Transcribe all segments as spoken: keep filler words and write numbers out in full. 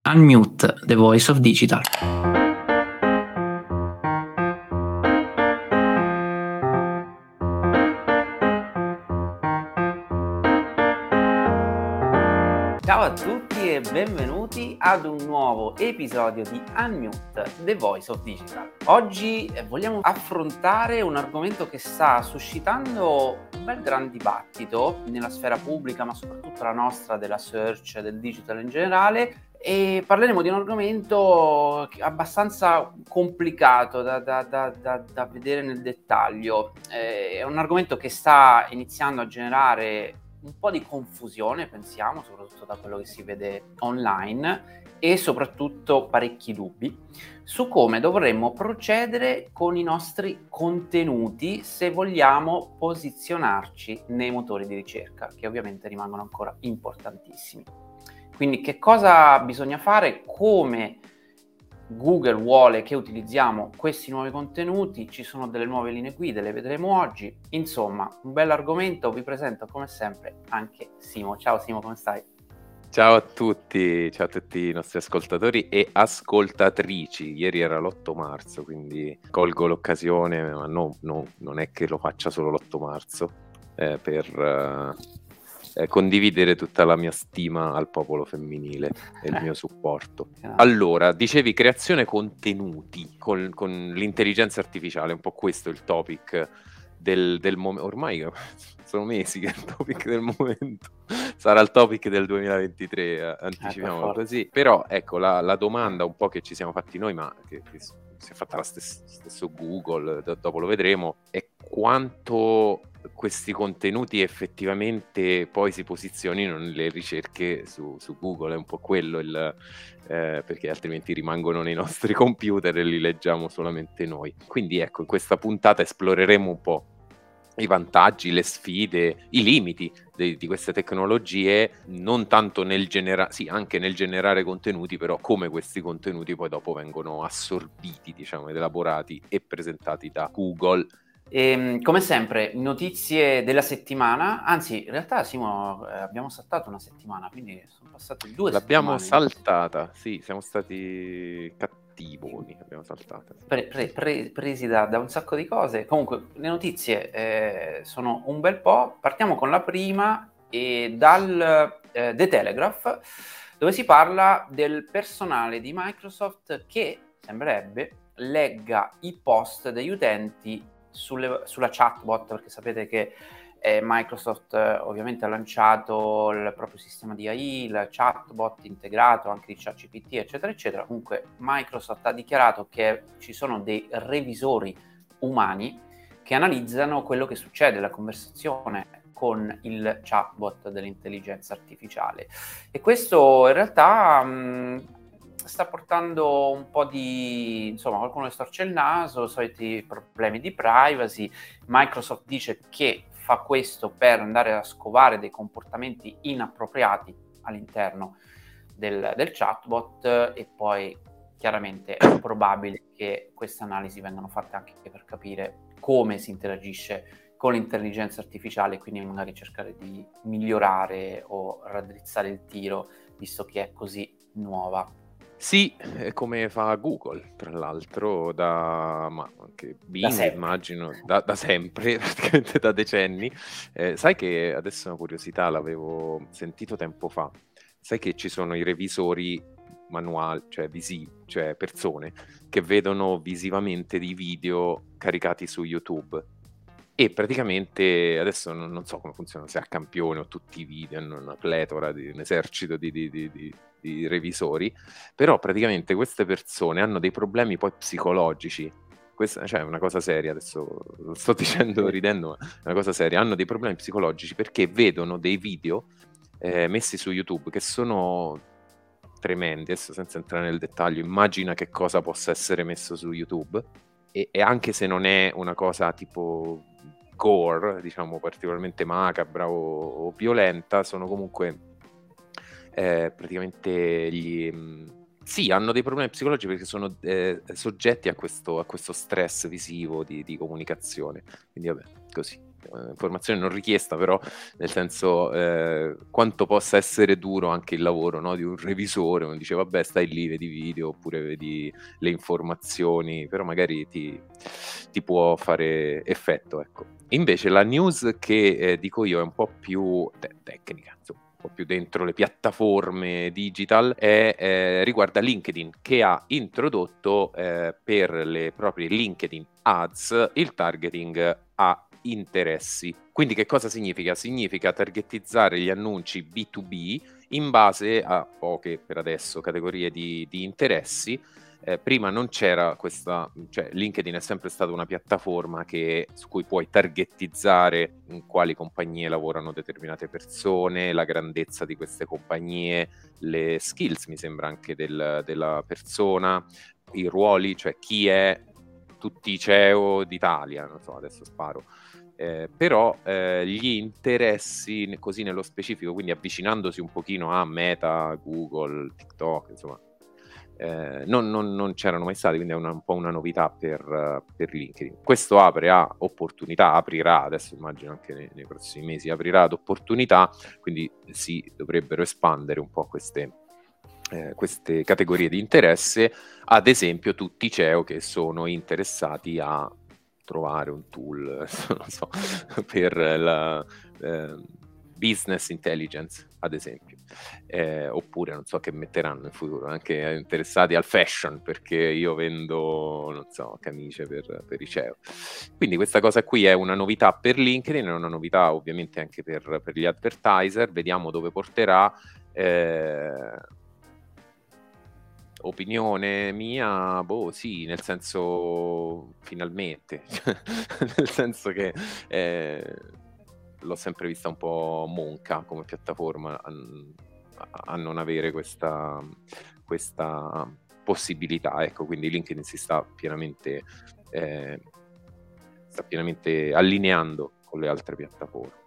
Unmute, the voice of digital. Ciao a tutti e benvenuti ad un nuovo episodio di Unmute, the voice of digital. Oggi vogliamo affrontare un argomento che sta suscitando un bel gran dibattito nella sfera pubblica, ma soprattutto la nostra, della search, del digital in generale, e parleremo di un argomento abbastanza complicato da, da, da, da, da vedere nel dettaglio. È un argomento che sta iniziando a generare un po' di confusione, pensiamo, soprattutto da quello che si vede online, e soprattutto parecchi dubbi su come dovremmo procedere con i nostri contenuti se vogliamo posizionarci nei motori di ricerca, che ovviamente rimangono ancora importantissimi. Quindi che cosa bisogna fare, come Google vuole che utilizziamo questi nuovi contenuti, ci sono delle nuove linee guida, le vedremo oggi. Insomma, un bel argomento. Vi presento come sempre anche Simo. Ciao Simo, come stai? Ciao a tutti, ciao a tutti i nostri ascoltatori e ascoltatrici. Ieri era l'otto marzo, quindi colgo l'occasione, ma no, no, non è che lo faccia solo l'otto marzo, eh, per... Uh... condividere tutta la mia stima al popolo femminile e il mio supporto. Allora, dicevi creazione contenuti con, con l'intelligenza artificiale, un po' questo è il topic del, del momento. Ormai sono mesi che è il topic del momento, sarà il topic del duemilaventitré, anticipiamolo così. Però ecco, la, la domanda un po' che ci siamo fatti noi, ma che, che si è fatta la stessa, stesso Google, do, dopo lo vedremo, è quanto questi contenuti effettivamente poi si posizionino nelle ricerche su, su Google. È un po' quello il, eh, perché altrimenti rimangono nei nostri computer e li leggiamo solamente noi. Quindi ecco, in questa puntata esploreremo un po' i vantaggi, le sfide, i limiti di, di queste tecnologie, non tanto nel generare, sì, anche nel generare contenuti, però come questi contenuti poi dopo vengono assorbiti, diciamo, ed elaborati e presentati da Google. E, come sempre, notizie della settimana. Anzi, in realtà Simo, eh, abbiamo saltato una settimana, quindi sono passate due L'abbiamo settimane. L'abbiamo saltata, sì, siamo stati cattivoni, abbiamo saltata. Pre, pre, pre, presi da, da un sacco di cose. Comunque, le notizie eh, sono un bel po'. Partiamo con la prima, e dal eh, The Telegraph, dove si parla del personale di Microsoft che, sembrerebbe, legga i post degli utenti Sulle, sulla chatbot, perché sapete che eh, Microsoft eh, ovviamente ha lanciato il proprio sistema di A I, il chatbot integrato anche di ChatGPT, eccetera eccetera. Comunque Microsoft ha dichiarato che ci sono dei revisori umani che analizzano quello che succede, la conversazione con il chatbot dell'intelligenza artificiale, e questo in realtà mh, sta portando un po' di, insomma, qualcuno che storce il naso, soliti problemi di privacy. Microsoft dice che fa questo per andare a scovare dei comportamenti inappropriati all'interno del, del chatbot, e poi chiaramente è probabile che queste analisi vengano fatte anche per capire come si interagisce con l'intelligenza artificiale, quindi magari cercare di migliorare o raddrizzare il tiro, visto che è così nuova. Sì, come fa Google, tra l'altro, da ma anche Bing, da immagino, da, da sempre, praticamente da decenni. Eh, sai che adesso una curiosità, l'avevo sentito tempo fa, sai che ci sono i revisori manuali, cioè visivi, cioè persone che vedono visivamente dei video caricati su YouTube. E praticamente adesso non, non so come funziona, se a campione o tutti i video, hanno una pletora di un esercito di, di, di, di, di revisori, però praticamente queste persone hanno dei problemi poi psicologici. Questa, cioè, è una cosa seria, adesso lo sto dicendo ridendo, ma è una cosa seria. Hanno dei problemi psicologici perché vedono dei video eh, messi su YouTube che sono tremendi. Adesso, senza entrare nel dettaglio, immagina che cosa possa essere messo su YouTube, e, e anche se non è una cosa tipo gore, diciamo particolarmente macabra o, o violenta, sono comunque eh, praticamente gli mh, sì, hanno dei problemi psicologici perché sono eh, soggetti a questo, a questo stress visivo di, di comunicazione. Quindi vabbè, così. informazione non richiesta, però nel senso eh, quanto possa essere duro anche il lavoro, no, di un revisore. Uno dice vabbè, stai lì, vedi video oppure vedi le informazioni, però magari ti, ti può fare effetto, ecco. Invece la news che eh, dico io è un po' più te- tecnica, insomma, un po' più dentro le piattaforme digital, è, eh, riguarda LinkedIn, che ha introdotto eh, per le proprie LinkedIn Ads il targeting a interessi. Quindi che cosa significa? Significa targetizzare gli annunci B due B in base a poche, per adesso, categorie di, di interessi. Eh, prima non c'era questa, cioè LinkedIn è sempre stata una piattaforma che, su cui puoi targetizzare in quali compagnie lavorano determinate persone, la grandezza di queste compagnie, le skills, mi sembra anche del, della persona, i ruoli, cioè chi è tutti i C E O d'Italia, non so, adesso sparo. Eh, però eh, gli interessi così nello specifico, quindi avvicinandosi un pochino a Meta, Google, TikTok, insomma, eh, non, non, non c'erano mai stati, quindi è una, un po' una novità per, uh, per LinkedIn. Questo apre a opportunità, aprirà, adesso immagino anche nei, nei prossimi mesi, aprirà ad opportunità, quindi si dovrebbero espandere un po' queste, eh, queste categorie di interesse, ad esempio tutti i C E O che sono interessati a trovare un tool non so, per la eh, business intelligence, ad esempio, eh, oppure non so che metteranno in futuro, anche interessati al fashion, perché io vendo, non so, camicie per, per i C E O. Quindi questa cosa qui è una novità per LinkedIn, è una novità ovviamente anche per, per gli advertiser, vediamo dove porterà. Eh, opinione mia, boh, sì, nel senso, finalmente, nel senso che eh, l'ho sempre vista un po' monca come piattaforma a, a non avere questa, questa possibilità, ecco, quindi LinkedIn si sta pienamente, eh, sta pienamente allineando con le altre piattaforme.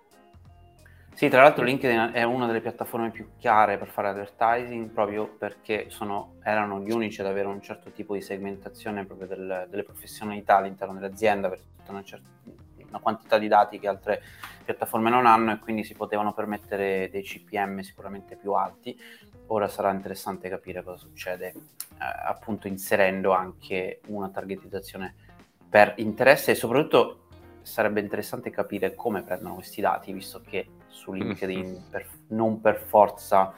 Sì, tra l'altro LinkedIn è una delle piattaforme più chiare per fare advertising, proprio perché sono, erano gli unici ad avere un certo tipo di segmentazione proprio del, delle professionalità all'interno dell'azienda, per tutta una, certa, una quantità di dati che altre piattaforme non hanno, e quindi si potevano permettere dei C P M sicuramente più alti. Ora sarà interessante capire cosa succede eh, appunto inserendo anche una targetizzazione per interesse, e soprattutto sarebbe interessante capire come prendono questi dati, visto che su LinkedIn per, non per forza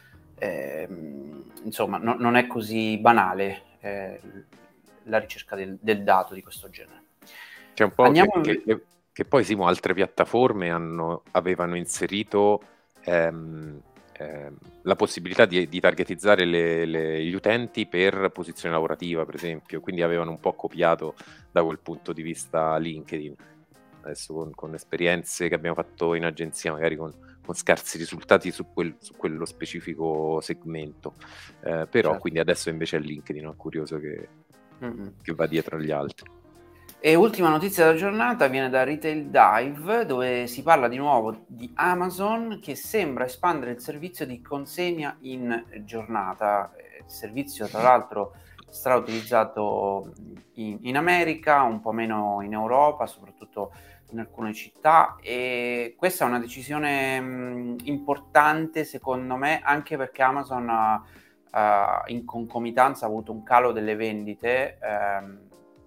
eh, insomma no, non è così banale eh, la ricerca del, del dato di questo genere. C'è un po' Andiamo che, che, che poi Simo, altre piattaforme hanno, avevano inserito ehm, ehm, la possibilità di, di targetizzare le, le, gli utenti per posizione lavorativa, per esempio, quindi avevano un po' copiato da quel punto di vista LinkedIn. Adesso con, con esperienze che abbiamo fatto in agenzia, magari con, con scarsi risultati su, quel, su quello specifico segmento, eh, però certo. quindi adesso invece è LinkedIn, no? Curioso che, che va dietro agli altri. E ultima notizia della giornata viene da Retail Dive, dove si parla di nuovo di Amazon che sembra espandere il servizio di consegna in giornata. Il servizio tra l'altro sarà utilizzato in, in America, un po' meno in Europa, soprattutto in alcune città, e questa è una decisione mh, importante secondo me, anche perché Amazon ha, ha in concomitanza ha avuto un calo delle vendite ehm,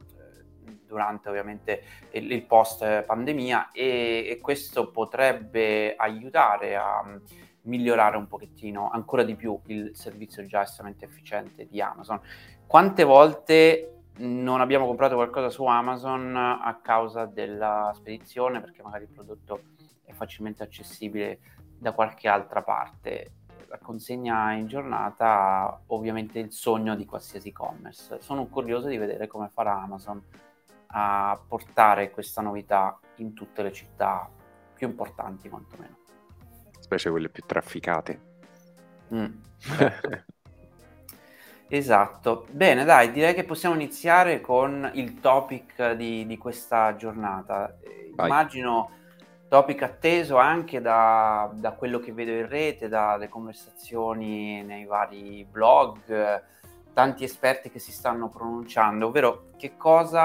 durante ovviamente il, il post pandemia, e, e questo potrebbe aiutare a um, migliorare un pochettino ancora di più il servizio già estremamente efficiente di Amazon. Quante volte non abbiamo comprato qualcosa su Amazon a causa della spedizione, perché magari il prodotto è facilmente accessibile da qualche altra parte? La consegna in giornata ovviamente è il sogno di qualsiasi e-commerce. Sono curioso di vedere come farà Amazon a portare questa novità in tutte le città più importanti, quantomeno. Specie quelle più trafficate. Mm, certo. Esatto. Bene, dai, direi che possiamo iniziare con il topic di, di questa giornata. Eh, immagino topic atteso anche da, da quello che vedo in rete, dalle conversazioni nei vari blog, tanti esperti che si stanno pronunciando, ovvero che cosa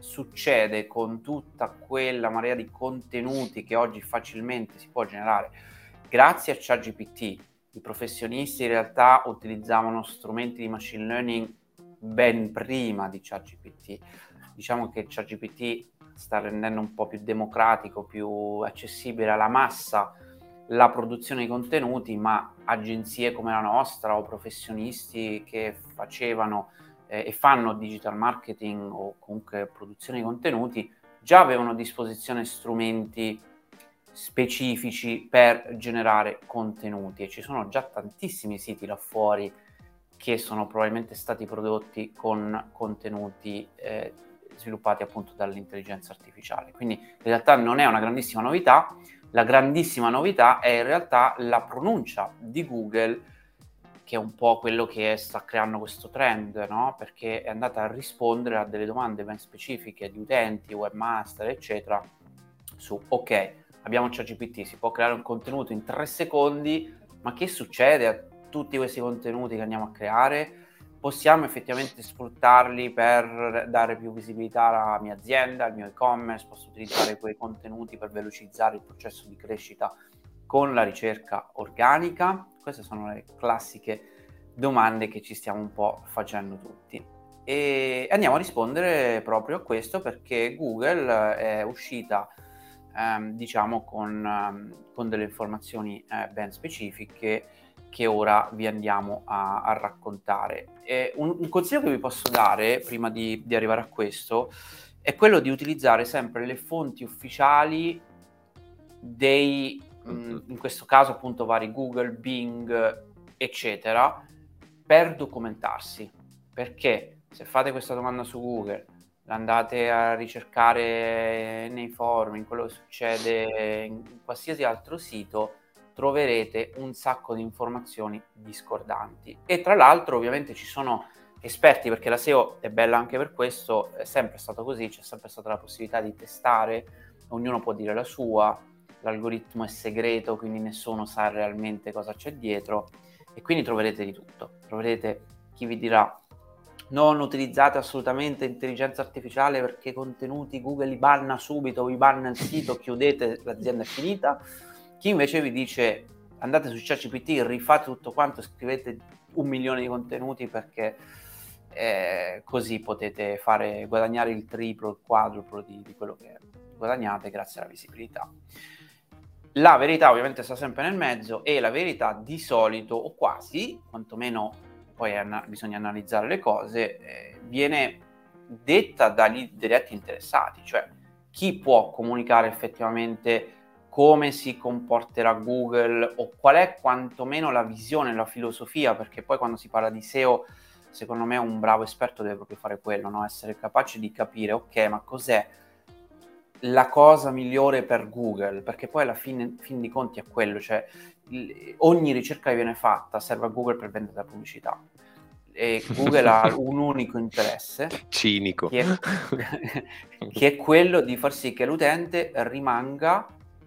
succede con tutta quella marea di contenuti che oggi facilmente si può generare grazie a ChatGPT. I professionisti in realtà utilizzavano strumenti di machine learning ben prima di ChatGPT. Diciamo che ChatGPT sta rendendo un po' più democratico, più accessibile alla massa la produzione di contenuti, ma agenzie come la nostra o professionisti che facevano eh, e fanno digital marketing o comunque produzione di contenuti già avevano a disposizione strumenti specifici per generare contenuti, e ci sono già tantissimi siti là fuori che sono probabilmente stati prodotti con contenuti eh, sviluppati appunto dall'intelligenza artificiale. Quindi in realtà non è una grandissima novità. La grandissima novità è in realtà la pronuncia di Google, che è un po' quello che sta creando questo trend, no? Perché è andata a rispondere a delle domande ben specifiche di utenti, webmaster, eccetera, su ok, abbiamo ChatGPT, si può creare un contenuto in tre secondi, ma che succede a tutti questi contenuti che andiamo a creare? Possiamo effettivamente sfruttarli per dare più visibilità alla mia azienda, al mio e-commerce? Posso utilizzare quei contenuti per velocizzare il processo di crescita con la ricerca organica? Queste sono le classiche domande che ci stiamo un po' facendo tutti. E andiamo a rispondere proprio a questo, perché Google è uscita ehm, diciamo con, ehm, con delle informazioni eh, ben specifiche che ora vi andiamo a, a raccontare. E un, un consiglio che vi posso dare prima di, di arrivare a questo è quello di utilizzare sempre le fonti ufficiali dei, mh, in questo caso appunto vari Google, Bing, eccetera, per documentarsi. Perché se fate questa domanda su Google, andate a ricercare nei forum, in quello che succede in qualsiasi altro sito, troverete un sacco di informazioni discordanti. E tra l'altro ovviamente ci sono esperti, perché la S E O è bella anche per questo, è sempre stato così, c'è sempre stata la possibilità di testare, ognuno può dire la sua, l'algoritmo è segreto, quindi nessuno sa realmente cosa c'è dietro, e quindi troverete di tutto. Troverete chi vi dirà non utilizzate assolutamente intelligenza artificiale perché i contenuti Google li banna subito, vi banna il sito, chiudete, l'azienda è finita. Chi invece vi dice andate su ChatGPT, rifate tutto quanto, scrivete un milione di contenuti perché eh, così potete fare guadagnare il triplo, il quadruplo di, di quello che guadagnate grazie alla visibilità. La verità ovviamente sta sempre nel mezzo, e la verità di solito, o quasi, quantomeno poi anna- bisogna analizzare le cose, eh, viene detta dagli diretti interessati, cioè chi può comunicare effettivamente come si comporterà Google, o qual è quantomeno la visione, la filosofia, perché poi quando si parla di S E O, secondo me un bravo esperto deve proprio fare quello, no? Essere capace di capire, ok, ma cos'è la cosa migliore per Google, perché poi alla fine, fin di conti è quello, cioè il, ogni ricerca che viene fatta serve a Google per vendere la pubblicità, e Google ha un unico interesse, cinico, che è, che è quello di far sì che l'utente rimanga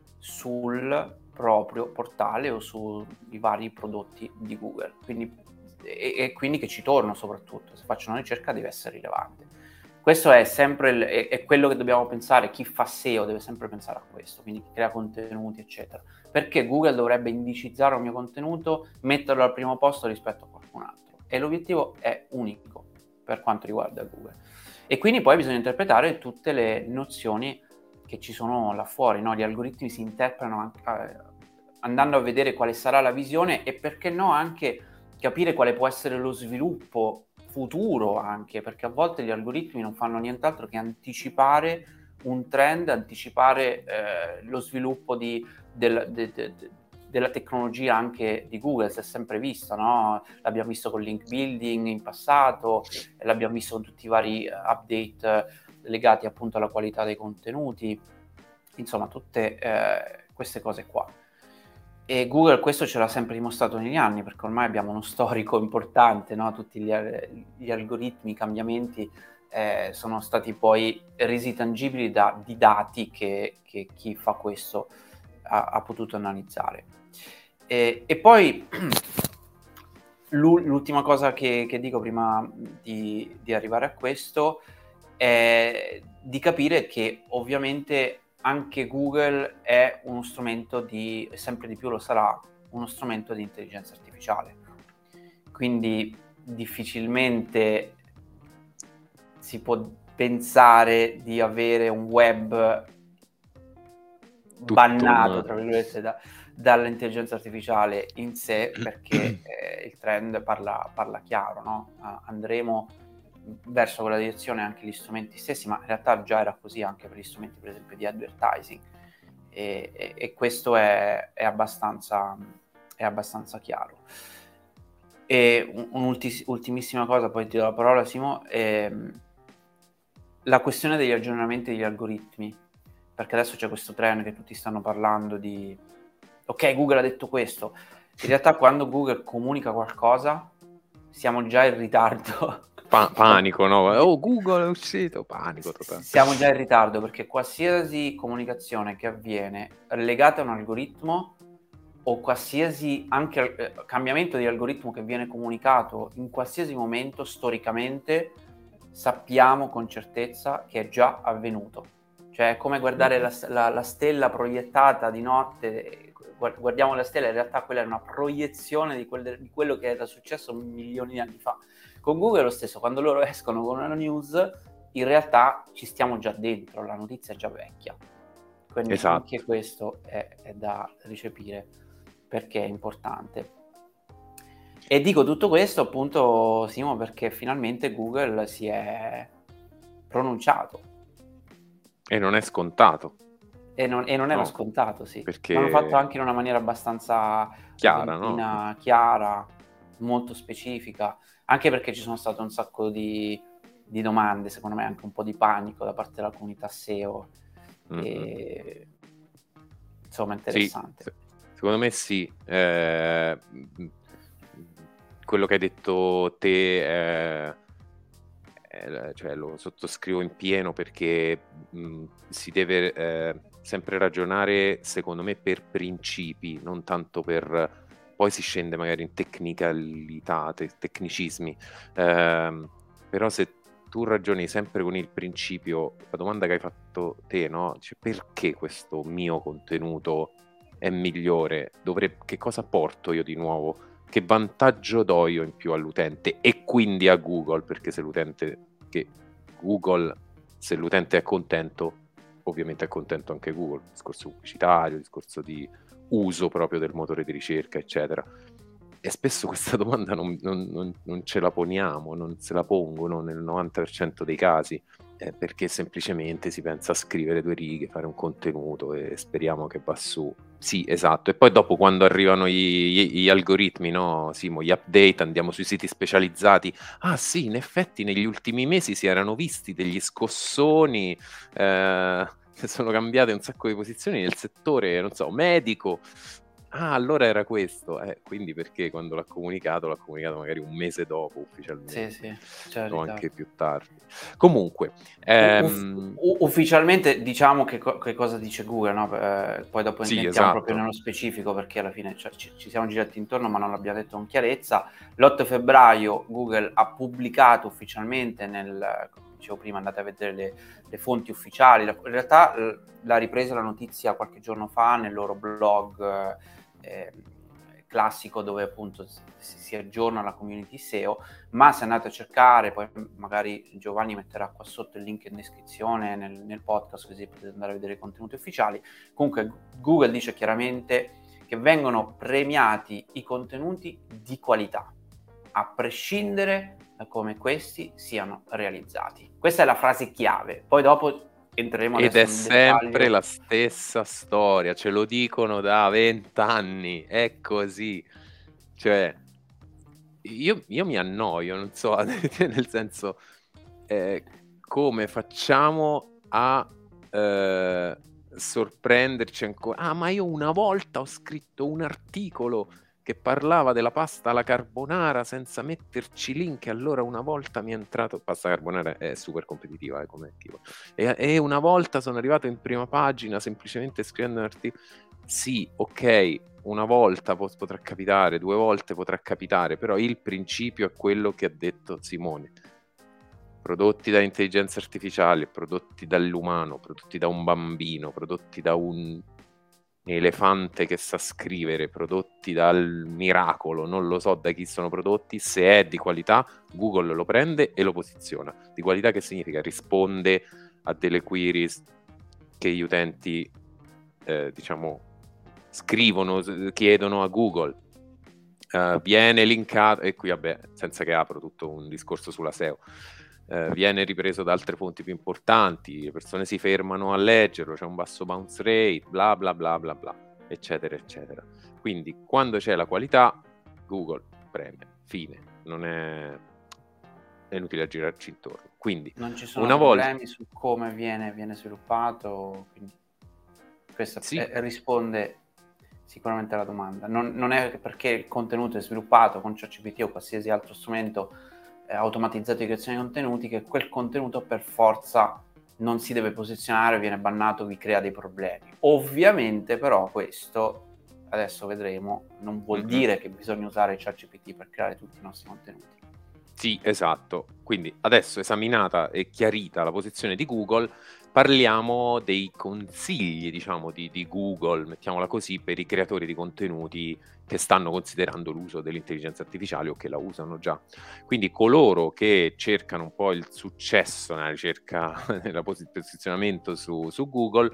sul proprio portale o sui vari prodotti di Google, quindi, e, e quindi che ci torno, soprattutto se faccio una ricerca deve essere rilevante. Questo è sempre il, è, è quello che dobbiamo pensare. Chi fa S E O deve sempre pensare a questo, quindi chi crea contenuti eccetera, perché Google dovrebbe indicizzare un mio contenuto, metterlo al primo posto rispetto a qualcun altro, e l'obiettivo è unico per quanto riguarda Google. E quindi poi bisogna interpretare tutte le nozioni che ci sono là fuori, no? Gli algoritmi si interpretano anche, eh, andando a vedere quale sarà la visione, e perché no anche capire quale può essere lo sviluppo futuro, anche perché a volte gli algoritmi non fanno nient'altro che anticipare un trend, anticipare eh, lo sviluppo di, del, de, de, de, della tecnologia anche di Google. Si è sempre visto, no? L'abbiamo visto con link building in passato, l'abbiamo visto con tutti i vari update legati appunto alla qualità dei contenuti, insomma tutte eh, queste cose qua. E Google questo ce l'ha sempre dimostrato negli anni, perché ormai abbiamo uno storico importante, no? Tutti gli, gli algoritmi, i cambiamenti eh, sono stati poi resi tangibili da di dati che, che chi fa questo ha, ha potuto analizzare. E, e poi l'ultima cosa che, che dico prima di, di arrivare a questo è di capire che ovviamente anche Google è uno strumento di, e sempre di più lo sarà, uno strumento di intelligenza artificiale. Quindi difficilmente si può pensare di avere un web Tutto bannato, un- tra virgolette, da, dall'intelligenza artificiale in sé, perché eh, il trend parla, parla chiaro, no? Uh, andremo verso quella direzione anche gli strumenti stessi, ma in realtà già era così anche per gli strumenti, per esempio, di advertising, e, e, e questo è, è, abbastanza, è abbastanza chiaro. E un'ultimissima cosa, poi ti do la parola, Simo, ehm, la questione degli aggiornamenti degli algoritmi, perché adesso c'è questo trend che tutti stanno parlando di ok, Google ha detto questo. In realtà quando Google comunica qualcosa siamo già in ritardo. Pa- panico, no? Oh, Google è uscito, panico totale. Siamo già in ritardo, perché qualsiasi comunicazione che avviene legata a un algoritmo, o qualsiasi anche eh, cambiamento di algoritmo che viene comunicato in qualsiasi momento storicamente, sappiamo con certezza che è già avvenuto. Cioè è come guardare la, la, la stella proiettata di notte, guardiamo la stella, in realtà quella è una proiezione di, quel, di quello che era successo milioni di anni fa. Con Google è lo stesso, quando loro escono con una news, in realtà ci stiamo già dentro, la notizia è già vecchia. Quindi Esatto. anche questo è, è da recepire, perché è importante. E dico tutto questo appunto, Simo, perché finalmente Google si è pronunciato. E non è scontato. E non, e non era no, scontato, sì. Perché L'hanno fatto anche in una maniera abbastanza chiara, no? chiara, molto specifica, anche perché ci sono state un sacco di, di domande, secondo me anche un po' di panico da parte della comunità S E O. Mm-hmm. E... insomma, interessante. Sì, secondo me sì. Eh, quello che hai detto te, eh, eh, cioè lo sottoscrivo in pieno, perché mh, si deve eh, sempre ragionare, secondo me, per principi, non tanto per... Poi si scende magari in tecnicalità, te- tecnicismi. Eh, però se tu ragioni sempre con il principio, la domanda che hai fatto te, no? Cioè, perché questo mio contenuto è migliore? Dovrebbe, che cosa porto io di nuovo? Che vantaggio do io in più all'utente e quindi a Google? Perché se l'utente, che Google, se l'utente è contento, ovviamente è contento anche Google, discorso pubblicitario, discorso di uso proprio del motore di ricerca, eccetera. E spesso questa domanda non, non, non, non ce la poniamo, non se la pongono nel novanta per cento dei casi, eh, perché semplicemente si pensa a scrivere due righe, fare un contenuto e speriamo che va su. Sì, esatto. E poi dopo, quando arrivano gli, gli, gli algoritmi, no, Simo, gli update, andiamo sui siti specializzati. Ah sì, in effetti negli ultimi mesi si erano visti degli scossoni, eh, sono cambiate un sacco di posizioni nel settore, non so, medico. Ah, allora era questo, eh, quindi perché quando l'ha comunicato, l'ha comunicato magari un mese dopo ufficialmente, sì, sì, o anche più tardi. Comunque, ehm... Uff- ufficialmente diciamo che, co- che cosa dice Google, no? Eh, poi dopo sì, entriamo esatto. proprio nello specifico, perché alla fine cioè, ci, ci siamo girati intorno, ma non l'abbiamo detto con chiarezza. L'otto febbraio Google ha pubblicato ufficialmente, nel, come dicevo prima, andate a vedere le, le fonti ufficiali. La, in realtà l'ha ripresa la notizia qualche giorno fa nel loro blog eh, classico, dove appunto si, si aggiorna la community S E O, ma se andate a cercare, poi magari Giovanni metterà qua sotto il link in descrizione nel, nel podcast, così potete andare a vedere i contenuti ufficiali. Comunque Google dice chiaramente che vengono premiati i contenuti di qualità, a prescindere da come questi siano realizzati. Questa è la frase chiave, poi dopo entreremo ed adesso è nel sempre dettaglio. la stessa storia, ce lo dicono da vent'anni, è così. Cioè, io, io mi annoio, non so, nel senso, eh, come facciamo a eh, sorprenderci ancora? Ah, ma io una volta ho scritto un articolo che parlava della pasta alla carbonara senza metterci link, allora una volta mi è entrato... Pasta carbonara è super competitiva, eh, come tipo. E, e una volta sono arrivato in prima pagina semplicemente scrivendo un articolo. Sì, ok, una volta pot- potrà capitare, due volte potrà capitare, però il principio è quello che ha detto Simone. prodotti da intelligenza artificiale, prodotti dall'umano, prodotti da un bambino, prodotti da un elefante che sa scrivere, prodotti dal miracolo, non lo so da chi sono prodotti, se è di qualità Google lo prende e lo posiziona. Di qualità che significa? Risponde a delle queries che gli utenti eh, diciamo scrivono, chiedono a Google, uh, viene linkato, e qui vabbè senza che apro tutto un discorso sulla S E O, Uh, viene ripreso da altre fonti più importanti, le persone si fermano a leggerlo, c'è un basso bounce rate, bla bla bla bla bla, eccetera eccetera. Quindi quando c'è la qualità Google preme, fine, non è, è inutile girarci intorno. Quindi non ci sono una problemi volta... su come viene, viene sviluppato, quindi questo sì. è, risponde sicuramente alla domanda. Non, non è perché il contenuto è sviluppato con ChatGPT o qualsiasi altro strumento automatizzato di creazione di contenuti che quel contenuto per forza non si deve posizionare, viene bannato, vi crea dei problemi. Ovviamente però questo, adesso vedremo, non vuol mm-hmm. dire che bisogna usare ChatGPT per creare tutti i nostri contenuti. Sì, esatto. Quindi adesso esaminata e chiarita la posizione di Google, parliamo dei consigli, diciamo, di, di Google, mettiamola così, per i creatori di contenuti che stanno considerando l'uso dell'intelligenza artificiale o che la usano già. Quindi coloro che cercano un po' il successo nella ricerca, nel posizionamento su, su Google,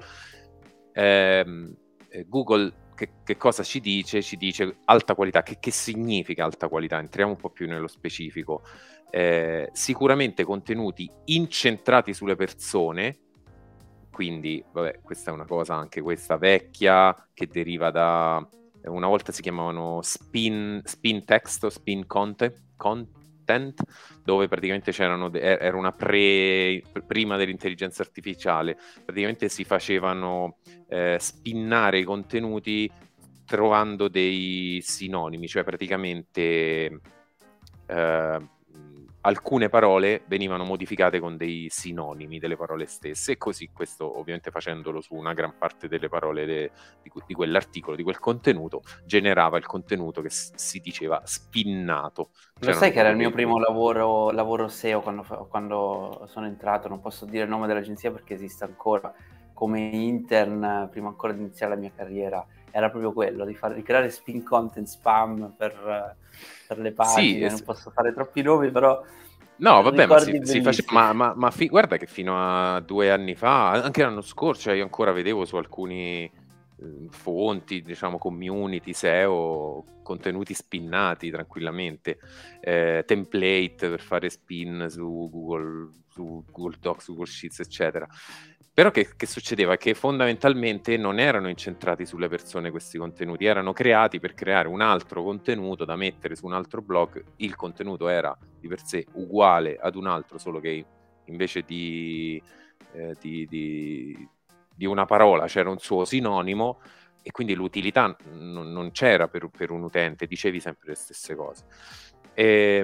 ehm, Google che, che cosa ci dice? Ci dice alta qualità. Che, che significa alta qualità? Entriamo un po' più nello specifico. Eh, sicuramente contenuti incentrati sulle persone, quindi vabbè, questa è una cosa anche questa vecchia che deriva da... una volta si chiamavano spin, spin text o spin content, content, dove praticamente c'erano, era una pre, prima dell'intelligenza artificiale, praticamente si facevano eh, spinnare i contenuti trovando dei sinonimi, cioè praticamente eh, alcune parole venivano modificate con dei sinonimi delle parole stesse, e così questo ovviamente facendolo su una gran parte delle parole de, di, di quell'articolo, di quel contenuto, generava il contenuto che s- si diceva spinnato. Lo C'erano sai che era il mio dei... primo lavoro, lavoro S E O quando, quando sono entrato, non posso dire il nome dell'agenzia perché esiste ancora, come intern prima ancora di iniziare la mia carriera, era proprio quello, di, fare, di creare spin content spam per, per le pagine, sì, es- non posso fare troppi nomi, però... No, vabbè, ma si, si faceva, ma, ma, ma fi, guarda che fino a due anni fa, anche l'anno scorso, cioè io ancora vedevo su alcuni eh, fonti, diciamo, community, S E O, contenuti spinnati tranquillamente, eh, template per fare spin su Google, su Google Docs, su Google Sheets, eccetera. Però che, che succedeva? Che fondamentalmente non erano incentrati sulle persone questi contenuti, erano creati per creare un altro contenuto da mettere su un altro blog. Il contenuto era di per sé uguale ad un altro, solo che invece di, eh, di, di, di una parola c'era un suo sinonimo, e quindi l'utilità non, non c'era per, per un utente, dicevi sempre le stesse cose. E,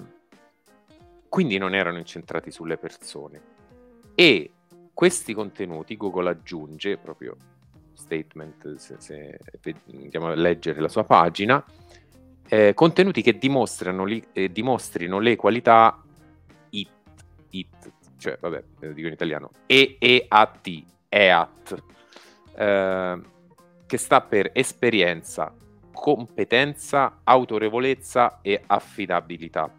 quindi non erano incentrati sulle persone. E questi contenuti Google aggiunge, proprio statement, se, se andiamo a leggere la sua pagina, eh, contenuti che dimostrano li, eh, dimostrino le qualità I T, I T, cioè vabbè, lo dico in italiano, E E A T, E A T, eh, che sta per esperienza, competenza, autorevolezza e affidabilità.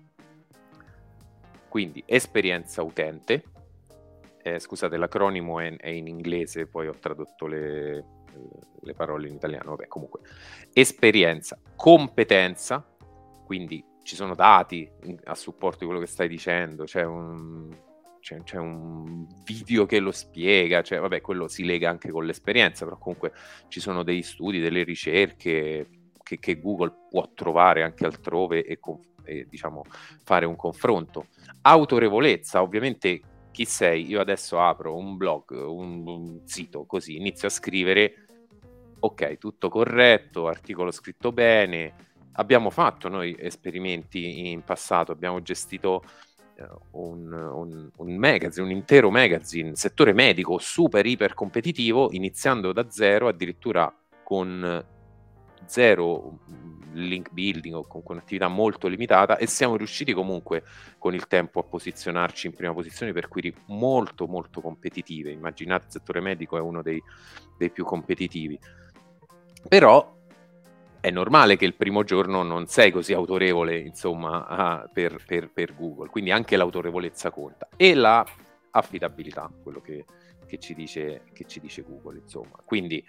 Quindi esperienza utente, Eh, scusate, l'acronimo è, è in inglese, poi ho tradotto le, le parole in italiano. Vabbè, comunque, esperienza, competenza, quindi ci sono dati a supporto di quello che stai dicendo, c'è un, c'è, c'è un video che lo spiega, cioè, vabbè, quello si lega anche con l'esperienza, però comunque ci sono dei studi, delle ricerche che, che Google può trovare anche altrove e, e diciamo fare un confronto. Autorevolezza, ovviamente. Chi sei? Io adesso apro un blog, un, un sito, così inizio a scrivere, ok, tutto corretto, articolo scritto bene. Abbiamo fatto noi esperimenti in passato, abbiamo gestito uh, un, un, un magazine, un intero magazine, settore medico super iper competitivo, iniziando da zero, addirittura con zero link building o comunque un'attività molto limitata, e siamo riusciti comunque con il tempo a posizionarci in prima posizione per query molto molto competitive. Immaginate, il settore medico è uno dei, dei più competitivi, però è normale che il primo giorno non sei così autorevole, insomma, a, per, per, per Google, quindi anche l'autorevolezza conta, e la affidabilità, quello che, che, ci, dice, che ci dice Google, insomma. Quindi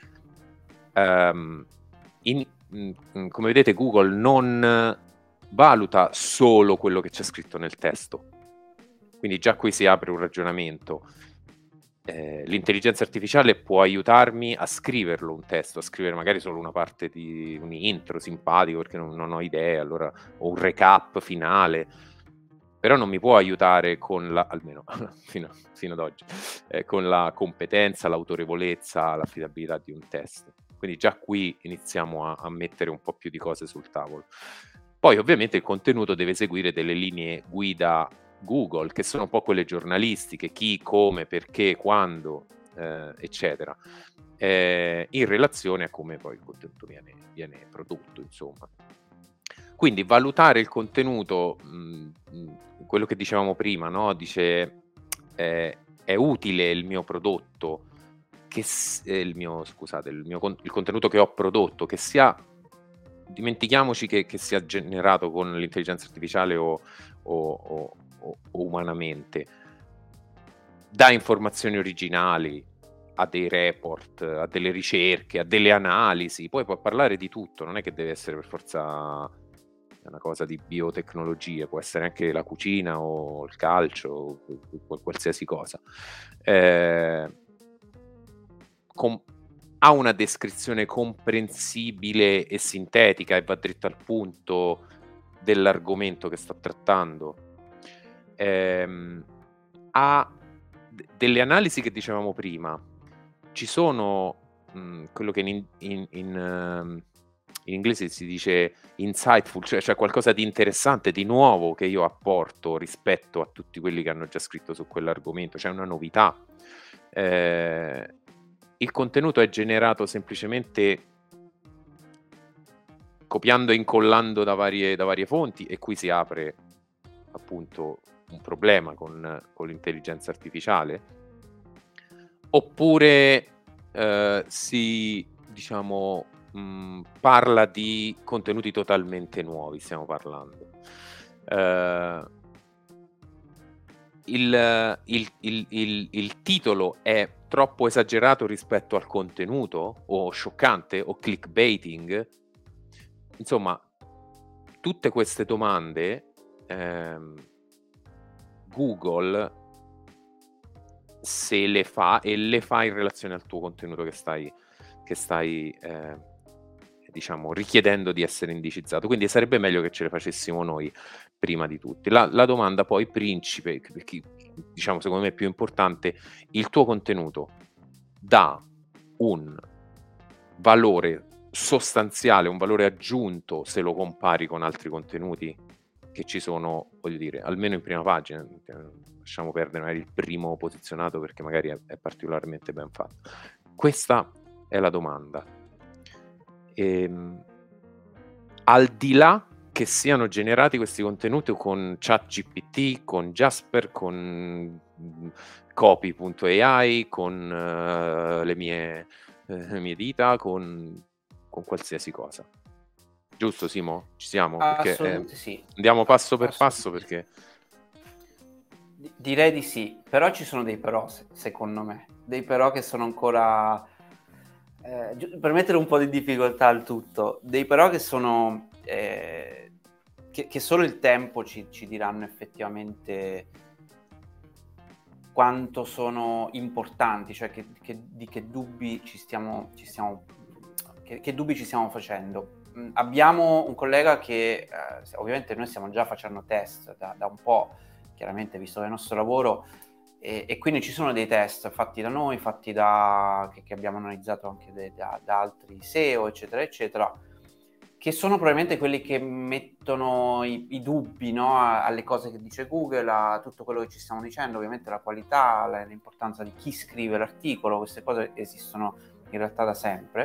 um, in, in, come vedete, Google non valuta solo quello che c'è scritto nel testo, quindi già qui si apre un ragionamento. Eh, l'intelligenza artificiale può aiutarmi a scriverlo un testo, a scrivere magari solo una parte di un intro simpatico perché non, non ho idee, allora, o un recap finale, però non mi può aiutare con la, almeno fino, fino ad oggi, eh, con la competenza, l'autorevolezza, l'affidabilità di un testo. Quindi già qui iniziamo a, a mettere un po' più di cose sul tavolo. Poi ovviamente il contenuto deve seguire delle linee guida Google, che sono un po' quelle giornalistiche, chi, come, perché, quando, eh, eccetera, eh, in relazione a come poi il contenuto viene, viene prodotto, insomma. Quindi valutare il contenuto, mh, quello che dicevamo prima, no? Dice eh, è utile il mio prodotto, che eh, il mio, scusate, il, mio, il contenuto che ho prodotto, che sia, dimentichiamoci che, che sia generato con l'intelligenza artificiale o, o, o o umanamente, dà informazioni originali, a dei report, a delle ricerche, a delle analisi, poi può parlare di tutto, non è che deve essere per forza una cosa di biotecnologie, può essere anche la cucina o il calcio o qualsiasi cosa. Eh, com- ha una descrizione comprensibile e sintetica e va dritto al punto dell'argomento che sta trattando. Ehm, ha d- delle analisi che dicevamo prima, ci sono mh, quello che in, in, in, um, in inglese si dice insightful, cioè, cioè qualcosa di interessante, di nuovo che io apporto rispetto a tutti quelli che hanno già scritto su quell'argomento, c'è una novità. Eh, il contenuto è generato semplicemente copiando e incollando da varie, da varie fonti, e qui si apre appunto un problema con, con l'intelligenza artificiale, oppure eh, si, diciamo, mh, parla di contenuti totalmente nuovi, stiamo parlando. Eh, il, il, il, il, il titolo è troppo esagerato rispetto al contenuto, o scioccante, o clickbaiting. Insomma, tutte queste domande ehm, Google se le fa, e le fa in relazione al tuo contenuto che stai, che stai eh, diciamo richiedendo di essere indicizzato, quindi sarebbe meglio che ce le facessimo noi prima di tutti. La, la domanda poi principe, che, diciamo secondo me più importante, il tuo contenuto dà un valore sostanziale, un valore aggiunto se lo compari con altri contenuti che ci sono, voglio dire, almeno in prima pagina, lasciamo perdere magari il primo posizionato perché magari è, è particolarmente ben fatto. Questa è la domanda. Ehm, al di là che siano generati questi contenuti con ChatGPT, con Jasper, con copy punto a i, con uh, le, mie, eh, le mie dita, con, con qualsiasi cosa. Giusto, Simo? Ci siamo? Perché, Assolutamente eh, sì. andiamo passo per passo perché... Direi di sì, però ci sono dei però, secondo me. Dei però che sono ancora... Eh, per mettere un po' di difficoltà al tutto, dei però che sono... Eh, che, che solo il tempo ci, ci diranno effettivamente quanto sono importanti, cioè che, che, di che dubbi ci stiamo... Ci stiamo che, che dubbi ci stiamo facendo. Mm, abbiamo un collega che, eh, ovviamente noi stiamo già facendo test da, da un po', chiaramente visto che è il nostro lavoro, e, e quindi ci sono dei test fatti da noi, fatti da che, che abbiamo analizzato anche de, da, da altri S E O, eccetera, eccetera, che sono probabilmente quelli che mettono i, i dubbi, no, alle cose che dice Google, a tutto quello che ci stiamo dicendo, ovviamente la qualità, l'importanza di chi scrive l'articolo, queste cose esistono in realtà da sempre.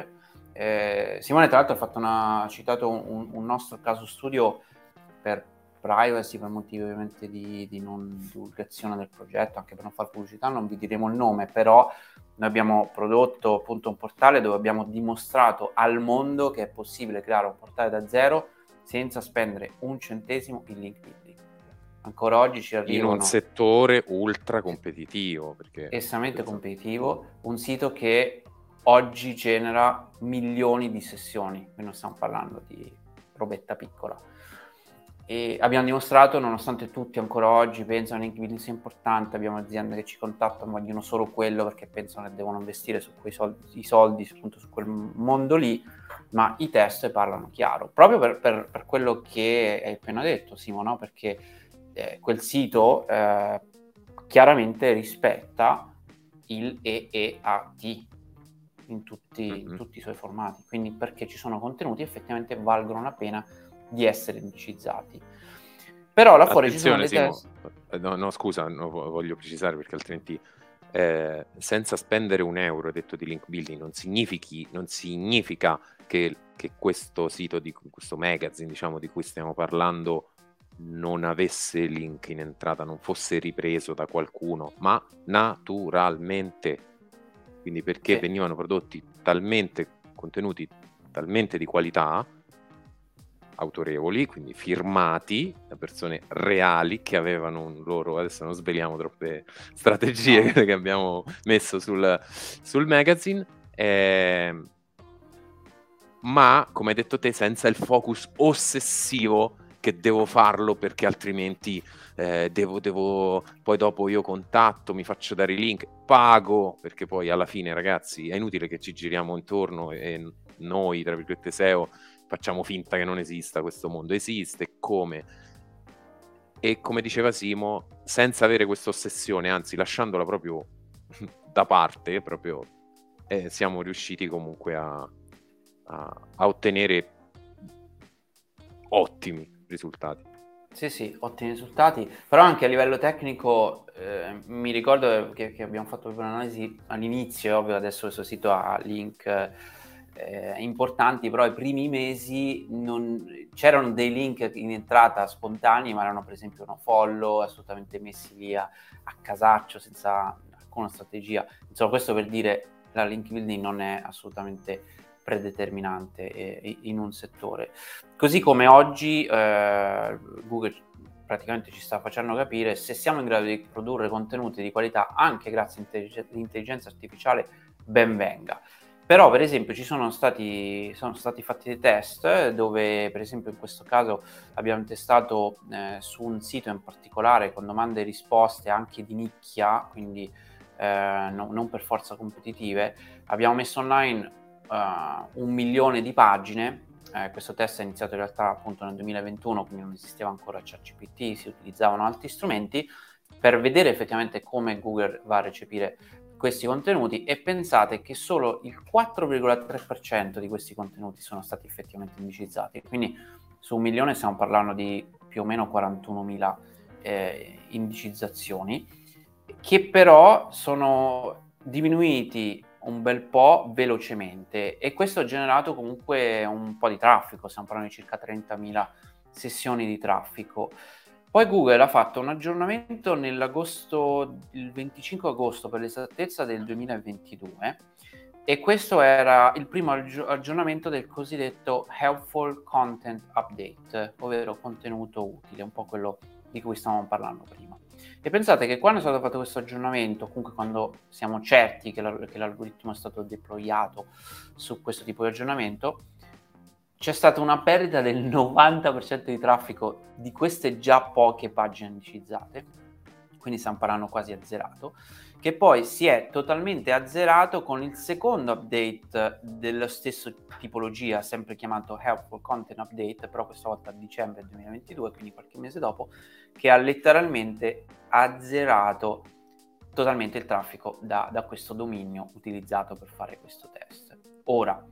Eh, Simone tra l'altro ha fatto una, ha citato un, un nostro caso studio per privacy, per motivi ovviamente di, di non divulgazione del progetto, anche per non fare pubblicità, non vi diremo il nome, però noi abbiamo prodotto appunto un portale dove abbiamo dimostrato al mondo che è possibile creare un portale da zero senza spendere un centesimo in link building. Ancora oggi ci arrivano... In un settore ultra competitivo. Perché estremamente competitivo, un sito che oggi genera milioni di sessioni, quindi non stiamo parlando di robetta piccola. E abbiamo dimostrato, nonostante tutti ancora oggi pensano che link building sia importante, abbiamo aziende che ci contattano, vogliono solo quello perché pensano che devono investire su quei soldi, i soldi appunto su quel mondo lì, ma i test parlano chiaro, proprio per, per, per quello che hai appena detto, Simo, no? Perché eh, quel sito eh, chiaramente rispetta il E E A T in tutti, mm-hmm. in tutti i suoi formati, quindi perché ci sono contenuti effettivamente valgono la pena di essere indicizzati. Però là fuori ci sono dei Simo, test... no, no scusa, no, voglio precisare perché altrimenti eh, senza spendere un euro detto di link building non significhi, non significa che, che questo sito, di questo magazine diciamo di cui stiamo parlando non avesse link in entrata, non fosse ripreso da qualcuno, ma naturalmente, quindi perché sì. venivano prodotti talmente contenuti talmente di qualità, autorevoli, quindi firmati da persone reali che avevano un loro, adesso non sveliamo troppe strategie no. che abbiamo messo sul, sul magazine, eh, ma come hai detto te senza il focus ossessivo che devo farlo perché altrimenti eh, devo, devo poi dopo io contatto, mi faccio dare i link, pago, perché poi alla fine ragazzi è inutile che ci giriamo intorno e noi tra virgolette S E O facciamo finta che non esista, questo mondo esiste, come? E come diceva Simo, senza avere questa ossessione, anzi lasciandola proprio da parte, proprio eh, siamo riusciti comunque a, a, a ottenere ottimi risultati. Sì, sì, ottimi risultati, però anche a livello tecnico eh, mi ricordo che, che abbiamo fatto proprio un'analisi all'inizio, ovvio adesso questo sito ha link eh, importanti, però i primi mesi non, c'erano dei link in entrata spontanei, ma erano per esempio no follow, assolutamente messi via a casaccio, senza alcuna strategia. Insomma, questo per dire la link building non è assolutamente predeterminante eh, in un settore. Così come oggi eh, Google praticamente ci sta facendo capire se siamo in grado di produrre contenuti di qualità anche grazie all'intelligenza artificiale, ben venga. Però per esempio ci sono stati, sono stati fatti dei test dove per esempio in questo caso abbiamo testato eh, su un sito in particolare con domande e risposte anche di nicchia, quindi eh, no, non per forza competitive, abbiamo messo online uh, un milione di pagine. Eh, questo test è iniziato in realtà appunto nel duemilaventuno, quindi non esisteva ancora ChatGPT, si utilizzavano altri strumenti per vedere effettivamente come Google va a recepire questi contenuti, e pensate che solo il quattro virgola tre per cento di questi contenuti sono stati effettivamente indicizzati, quindi su un milione stiamo parlando di più o meno quarantunomila eh, indicizzazioni, che però sono diminuiti un bel po' velocemente, e questo ha generato comunque un po' di traffico, stiamo parlando di circa trentamila sessioni di traffico. Poi Google ha fatto un aggiornamento nell'agosto, il venticinque agosto per l'esattezza del duemilaventidue, e questo era il primo aggi- aggiornamento del cosiddetto Helpful Content Update, ovvero contenuto utile, un po' quello di cui stavamo parlando prima. E pensate che quando è stato fatto questo aggiornamento, comunque quando siamo certi che, la, che l'algoritmo è stato deployato su questo tipo di aggiornamento, c'è stata una perdita del novanta per cento di traffico di queste già poche pagine indicizzate, quindi stiamo parlando quasi azzerato, che poi si è totalmente azzerato con il secondo update dello stesso tipologia, sempre chiamato Helpful Content Update, però questa volta a dicembre duemilaventidue, quindi qualche mese dopo, che ha letteralmente azzerato totalmente il traffico da, da questo dominio utilizzato per fare questo test. Ora,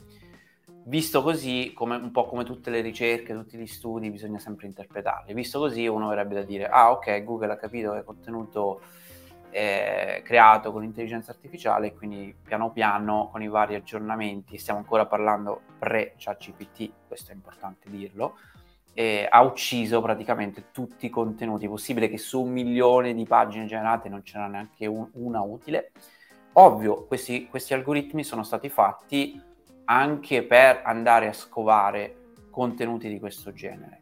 visto così, come un po' come tutte le ricerche, tutti gli studi, bisogna sempre interpretarli. Visto così, uno verrebbe da dire, ah ok, Google ha capito che contenuto eh, creato con l'intelligenza artificiale, e quindi piano piano con i vari aggiornamenti, stiamo ancora parlando pre-ChatGPT, questo è importante dirlo, eh, ha ucciso praticamente tutti i contenuti. Possibile che su un milione di pagine generate non c'era neanche un, una utile. Ovvio, questi, questi algoritmi sono stati fatti anche per andare a scovare contenuti di questo genere,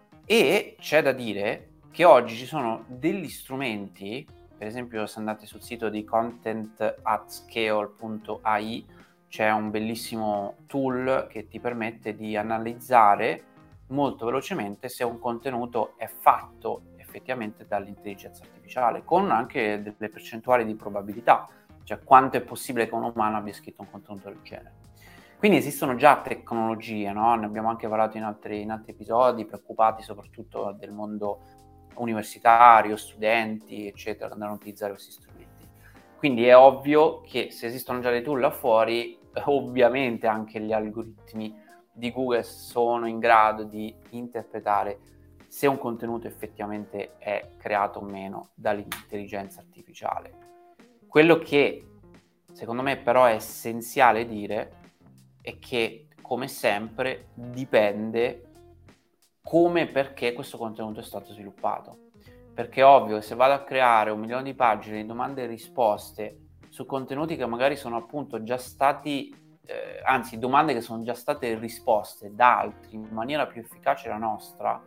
e c'è da dire che oggi ci sono degli strumenti, per esempio se andate sul sito di content at scale punto a i c'è un bellissimo tool che ti permette di analizzare molto velocemente se un contenuto è fatto effettivamente dall'intelligenza artificiale, con anche delle percentuali di probabilità, cioè quanto è possibile che un umano abbia scritto un contenuto del genere. Quindi esistono già tecnologie, no? Ne abbiamo anche parlato in altri, in altri episodi, preoccupati soprattutto del mondo universitario, studenti, eccetera, che andranno a utilizzare questi strumenti. Quindi è ovvio che se esistono già dei tool là fuori, ovviamente anche gli algoritmi di Google sono in grado di interpretare se un contenuto effettivamente è creato o meno dall'intelligenza artificiale. Quello che secondo me però è essenziale dire è che, come sempre, dipende come e perché questo contenuto è stato sviluppato. Perché è ovvio che se vado a creare un milione di pagine di domande e risposte su contenuti che magari sono appunto già stati, eh, anzi domande che sono già state risposte da altri in maniera più efficace della nostra,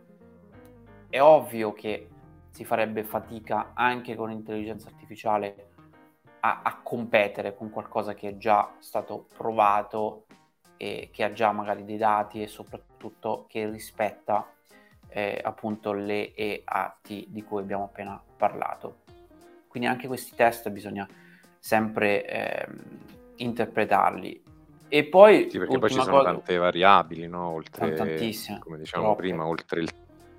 è ovvio che si farebbe fatica anche con l'intelligenza artificiale a, a competere con qualcosa che è già stato provato e che ha già magari dei dati e soprattutto che rispetta eh, appunto le E A T di cui abbiamo appena parlato. Quindi anche questi test bisogna sempre eh, interpretarli. E poi sì, perché poi ci ultima sono cosa, tante variabili, no? Oltre, tantissime, come dicevamo troppe. prima, oltre il,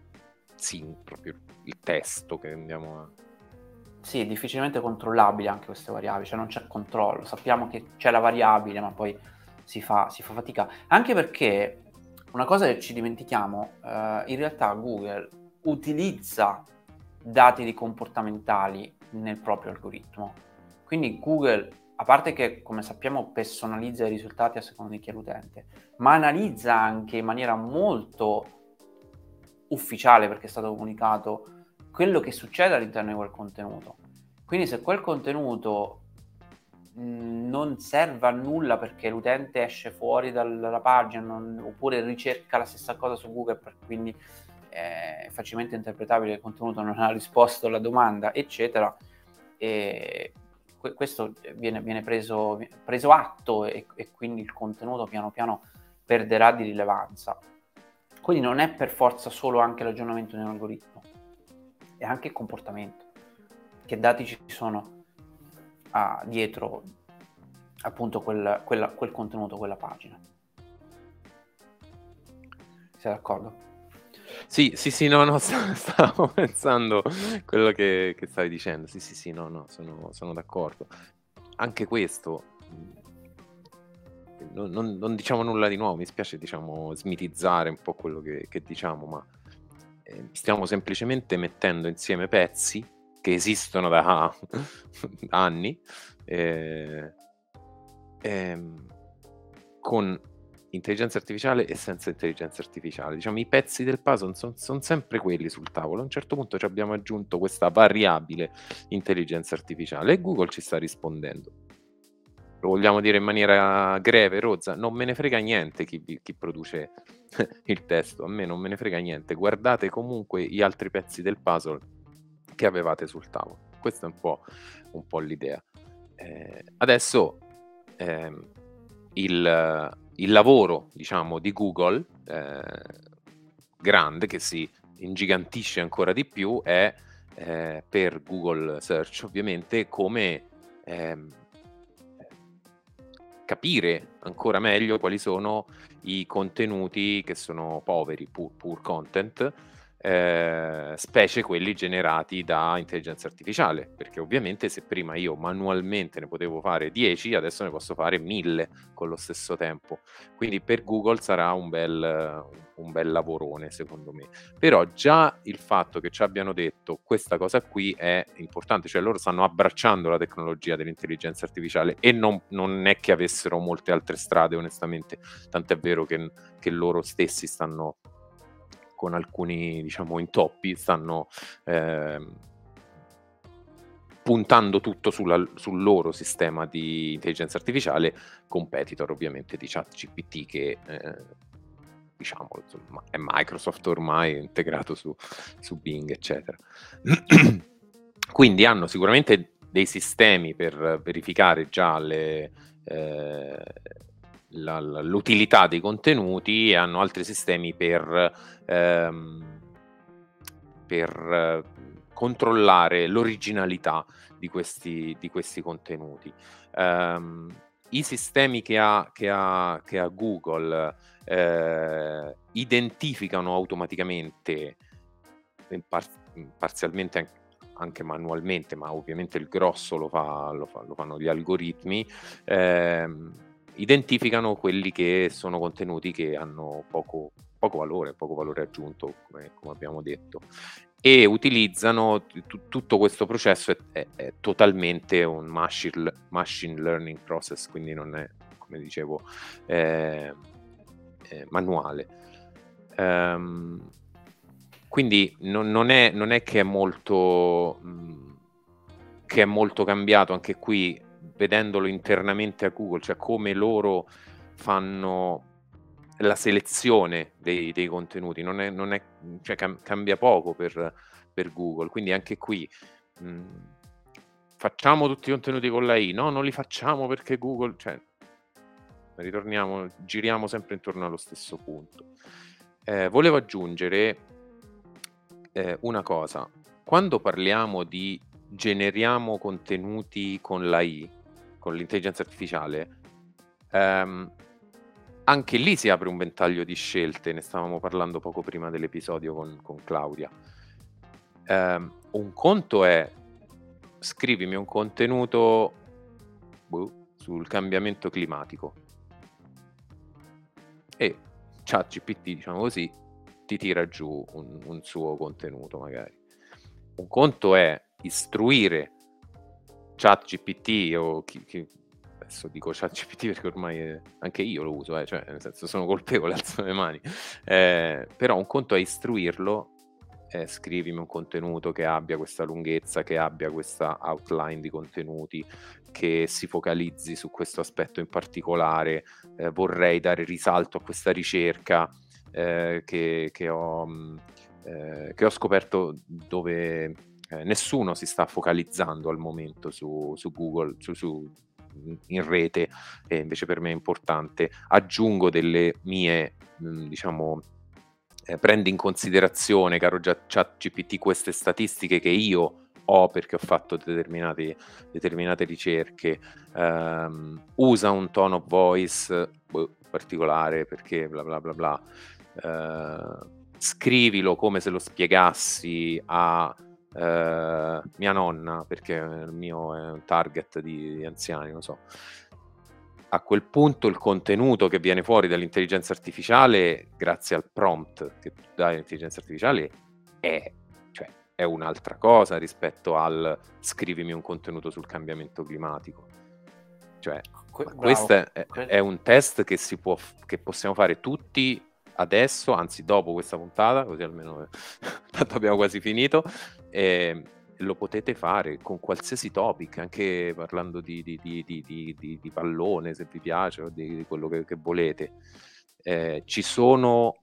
sì, proprio il testo che andiamo a... Sì, difficilmente controllabili anche queste variabili, cioè non c'è controllo, sappiamo che c'è la variabile, ma poi si fa, si fa fatica. Anche perché una cosa che ci dimentichiamo, eh, in realtà Google utilizza dati di comportamentali nel proprio algoritmo. Quindi Google, a parte che, come sappiamo, personalizza i risultati a seconda di chi è l'utente, ma analizza anche in maniera molto ufficiale, perché è stato comunicato, quello che succede all'interno di quel contenuto. Quindi se quel contenuto mh, non serve a nulla perché l'utente esce fuori dalla pagina, non, oppure ricerca la stessa cosa su Google, per, quindi è facilmente interpretabile che il contenuto non ha risposto alla domanda, eccetera, e que- questo viene, viene preso, preso atto, e, e quindi il contenuto piano piano perderà di rilevanza. Quindi non è per forza solo anche l'aggiornamento di un algoritmo, è anche il comportamento. Che dati ci sono ah, dietro appunto quel, quella, quel contenuto, quella pagina. Sei d'accordo? Sì, sì, sì, no, no, stavo pensando quello che, che stavi dicendo. Sì, sì, sì, no, no, sono, sono d'accordo. Anche questo, non, non, non diciamo nulla di nuovo, mi spiace, diciamo, smitizzare un po' quello che, che diciamo, ma eh, stiamo semplicemente mettendo insieme pezzi che esistono da anni, eh, ehm, con intelligenza artificiale e senza intelligenza artificiale. Diciamo, i pezzi del puzzle sono son sempre quelli sul tavolo. A un certo punto ci abbiamo aggiunto questa variabile intelligenza artificiale e Google ci sta rispondendo. Lo vogliamo dire in maniera greve, rozza? Non me ne frega niente chi, chi produce il testo, a me non me ne frega niente. Guardate comunque gli altri pezzi del puzzle che avevate sul tavolo. Questa è un po', un po' l'idea. Eh, adesso ehm, il, il lavoro, diciamo, di Google, eh, grande, che si ingigantisce ancora di più, è eh, per Google Search, ovviamente, come ehm, capire ancora meglio quali sono i contenuti che sono poveri, poor, poor content, eh, specie quelli generati da intelligenza artificiale, perché ovviamente se prima io manualmente ne potevo fare dieci, adesso ne posso fare mille con lo stesso tempo. Quindi per Google sarà un bel, un bel lavorone, secondo me. Però già il fatto che ci abbiano detto questa cosa qui è importante, cioè loro stanno abbracciando la tecnologia dell'intelligenza artificiale e non, non è che avessero molte altre strade, onestamente, tant'è vero che, che loro stessi stanno con alcuni, diciamo, intoppi, stanno eh, puntando tutto sulla, sul loro sistema di intelligenza artificiale, competitor ovviamente di ChatGPT, che eh, diciamo insomma, è Microsoft ormai integrato su, su Bing, eccetera. Quindi hanno sicuramente dei sistemi per verificare già le, eh, la, la, l'utilità dei contenuti, e hanno altri sistemi per, ehm, per eh, controllare l'originalità di questi, di questi contenuti. Um, I sistemi che ha, che ha, che ha Google eh, identificano automaticamente, par- parzialmente anche anche manualmente, ma ovviamente il grosso lo, fa, lo, fa, lo fanno gli algoritmi, ehm, identificano quelli che sono contenuti che hanno poco, poco valore, poco valore aggiunto, come, come abbiamo detto, e utilizzano t- tutto questo processo è, è, è totalmente un machine, machine learning process, quindi non è, come dicevo, eh, eh, manuale. Um, Quindi non, non, è, non è che è molto mh, che è molto cambiato anche qui, vedendolo internamente a Google, cioè come loro fanno la selezione dei, dei contenuti, non è, non è, cioè cam- cambia poco per, per Google, quindi anche qui mh, facciamo tutti i contenuti con la I, no, non li facciamo perché Google, cioè ritorniamo, giriamo sempre intorno allo stesso punto. Eh, volevo aggiungere eh, una cosa, quando parliamo di generiamo contenuti con l'A I, con l'intelligenza artificiale, ehm, anche lì si apre un ventaglio di scelte, ne stavamo parlando poco prima dell'episodio con, con Claudia. Um, un conto è scrivimi un contenuto boh, sul cambiamento climatico e ChatGPT, diciamo così, ti tira giù un, un suo contenuto magari. Un conto è istruire ChatGPT o chi, chi adesso dico ChatGPT perché ormai è, anche io lo uso, eh, cioè nel senso sono colpevole, alzo le mani, eh, però un conto è istruirlo, eh, scrivimi un contenuto che abbia questa lunghezza, che abbia questa outline di contenuti, che si focalizzi su questo aspetto in particolare, eh, vorrei dare risalto a questa ricerca eh, che, che, ho, eh, che ho scoperto dove eh, nessuno si sta focalizzando al momento su, su Google, su, su in rete, e invece per me è importante. Aggiungo delle mie, mh, diciamo, eh, prendi in considerazione, caro ChatGPT, queste statistiche che io ho perché ho fatto determinate, determinate ricerche, um, usa un tone of voice boh, particolare perché bla bla bla bla, uh, scrivilo come se lo spiegassi a Uh, mia nonna, perché il mio è un target di, di anziani, non so. A quel punto il contenuto che viene fuori dall'intelligenza artificiale, grazie al prompt che dà l'intelligenza artificiale, è, cioè, è un'altra cosa rispetto al scrivimi un contenuto sul cambiamento climatico. Cioè, que- questo è, è un test che si può, che possiamo fare tutti adesso, anzi dopo questa puntata, così almeno tanto abbiamo quasi finito, e lo potete fare con qualsiasi topic, anche parlando di, di, di, di, di, di pallone, se vi piace, o di, di quello che, che volete. Eh, ci sono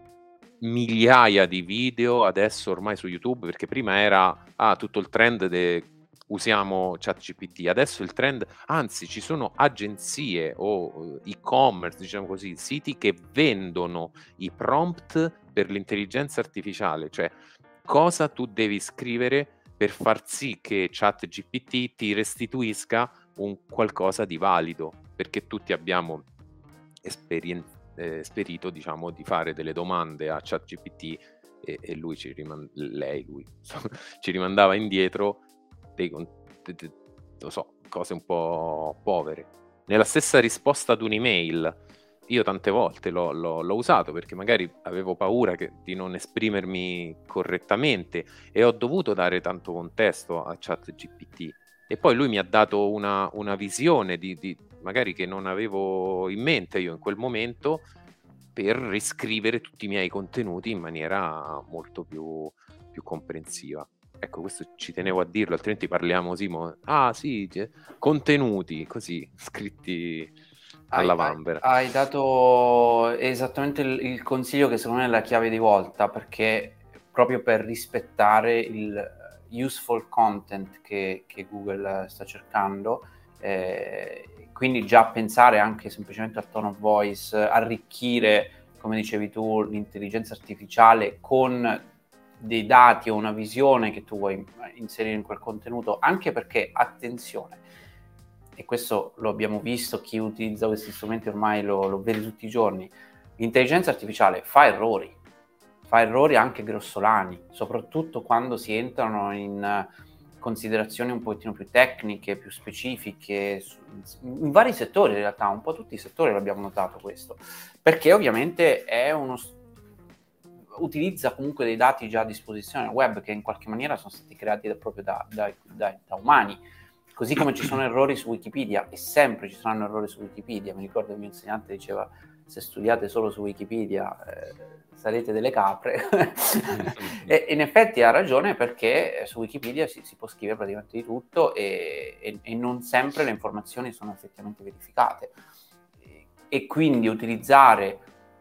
migliaia di video adesso ormai su YouTube, perché prima era ah, tutto il trend de usiamo ChatGPT, adesso il trend, anzi ci sono agenzie o e-commerce, diciamo così, siti che vendono i prompt per l'intelligenza artificiale, cioè cosa tu devi scrivere per far sì che ChatGPT ti restituisca un qualcosa di valido, perché tutti abbiamo esperien- eh, esperito, diciamo, di fare delle domande a ChatGPT e, e lui ci rimandava, lei, lui, insomma, ci rimandava indietro dei, lo so, cose un po' povere. Nella stessa risposta ad un'email, io tante volte l'ho, l'ho, l'ho usato perché magari avevo paura che, di non esprimermi correttamente e ho dovuto dare tanto contesto a ChatGPT. E poi lui mi ha dato una, una visione di, di magari che non avevo in mente io in quel momento, per riscrivere tutti i miei contenuti in maniera molto più, più comprensiva. Ecco, questo ci tenevo a dirlo, altrimenti parliamo, Simo, ah sì, contenuti, così, scritti alla Hai, hai- vanvera. hai dato esattamente il, il consiglio che secondo me è la chiave di volta, perché proprio per rispettare il useful content che, che Google sta cercando, eh, quindi già pensare anche semplicemente al tone of voice, arricchire, come dicevi tu, l'intelligenza artificiale con dei dati o una visione che tu vuoi inserire in quel contenuto, anche perché, attenzione, e questo lo abbiamo visto, chi utilizza questi strumenti ormai lo, lo vede tutti i giorni, l'intelligenza artificiale fa errori, fa errori anche grossolani, soprattutto quando si entrano in considerazioni un pochettino più tecniche, più specifiche, in vari settori in realtà, un po' tutti i settori l'abbiamo notato questo, perché ovviamente è uno utilizza comunque dei dati già a disposizione nel web che in qualche maniera sono stati creati da, proprio da, da, da, da umani. Così come ci sono errori su Wikipedia, e sempre ci saranno errori su Wikipedia. Mi ricordo che il mio insegnante diceva: se studiate solo su Wikipedia eh, sarete delle capre. E in effetti ha ragione, perché su Wikipedia si, si può scrivere praticamente di tutto e, e, e non sempre le informazioni sono effettivamente verificate. E, e quindi utilizzare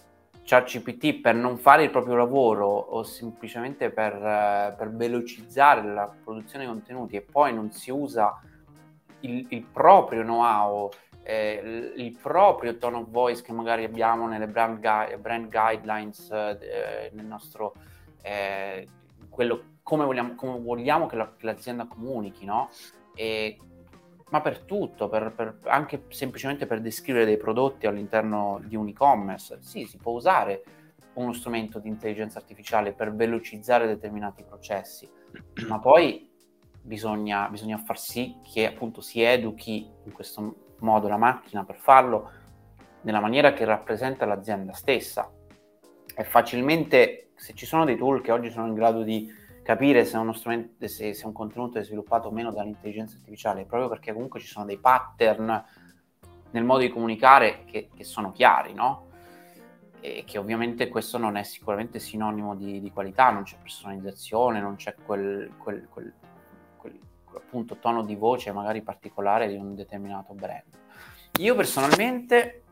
ChatGPT per non fare il proprio lavoro o semplicemente per, eh, per velocizzare la produzione di contenuti, e poi non si usa il, il proprio know-how, eh, il, il proprio tone of voice che magari abbiamo nelle brand, gui- brand guidelines, eh, nel nostro eh, quello come vogliamo, come vogliamo che, la, che l'azienda comunichi, no? E, ma per tutto, per, per, anche semplicemente per descrivere dei prodotti all'interno di un e-commerce. Sì, si può usare uno strumento di intelligenza artificiale per velocizzare determinati processi, ma poi bisogna, bisogna far sì che appunto si educhi in questo modo la macchina per farlo nella maniera che rappresenta l'azienda stessa. E facilmente, se ci sono dei tool che oggi sono in grado di capire se uno strumento, se, se un contenuto è sviluppato o meno dall'intelligenza artificiale, proprio perché comunque ci sono dei pattern nel modo di comunicare che, che sono chiari, no? E che ovviamente questo non è sicuramente sinonimo di, di qualità, non c'è personalizzazione, non c'è quel, quel, quel, quel appunto tono di voce magari particolare di un determinato brand. Io personalmente,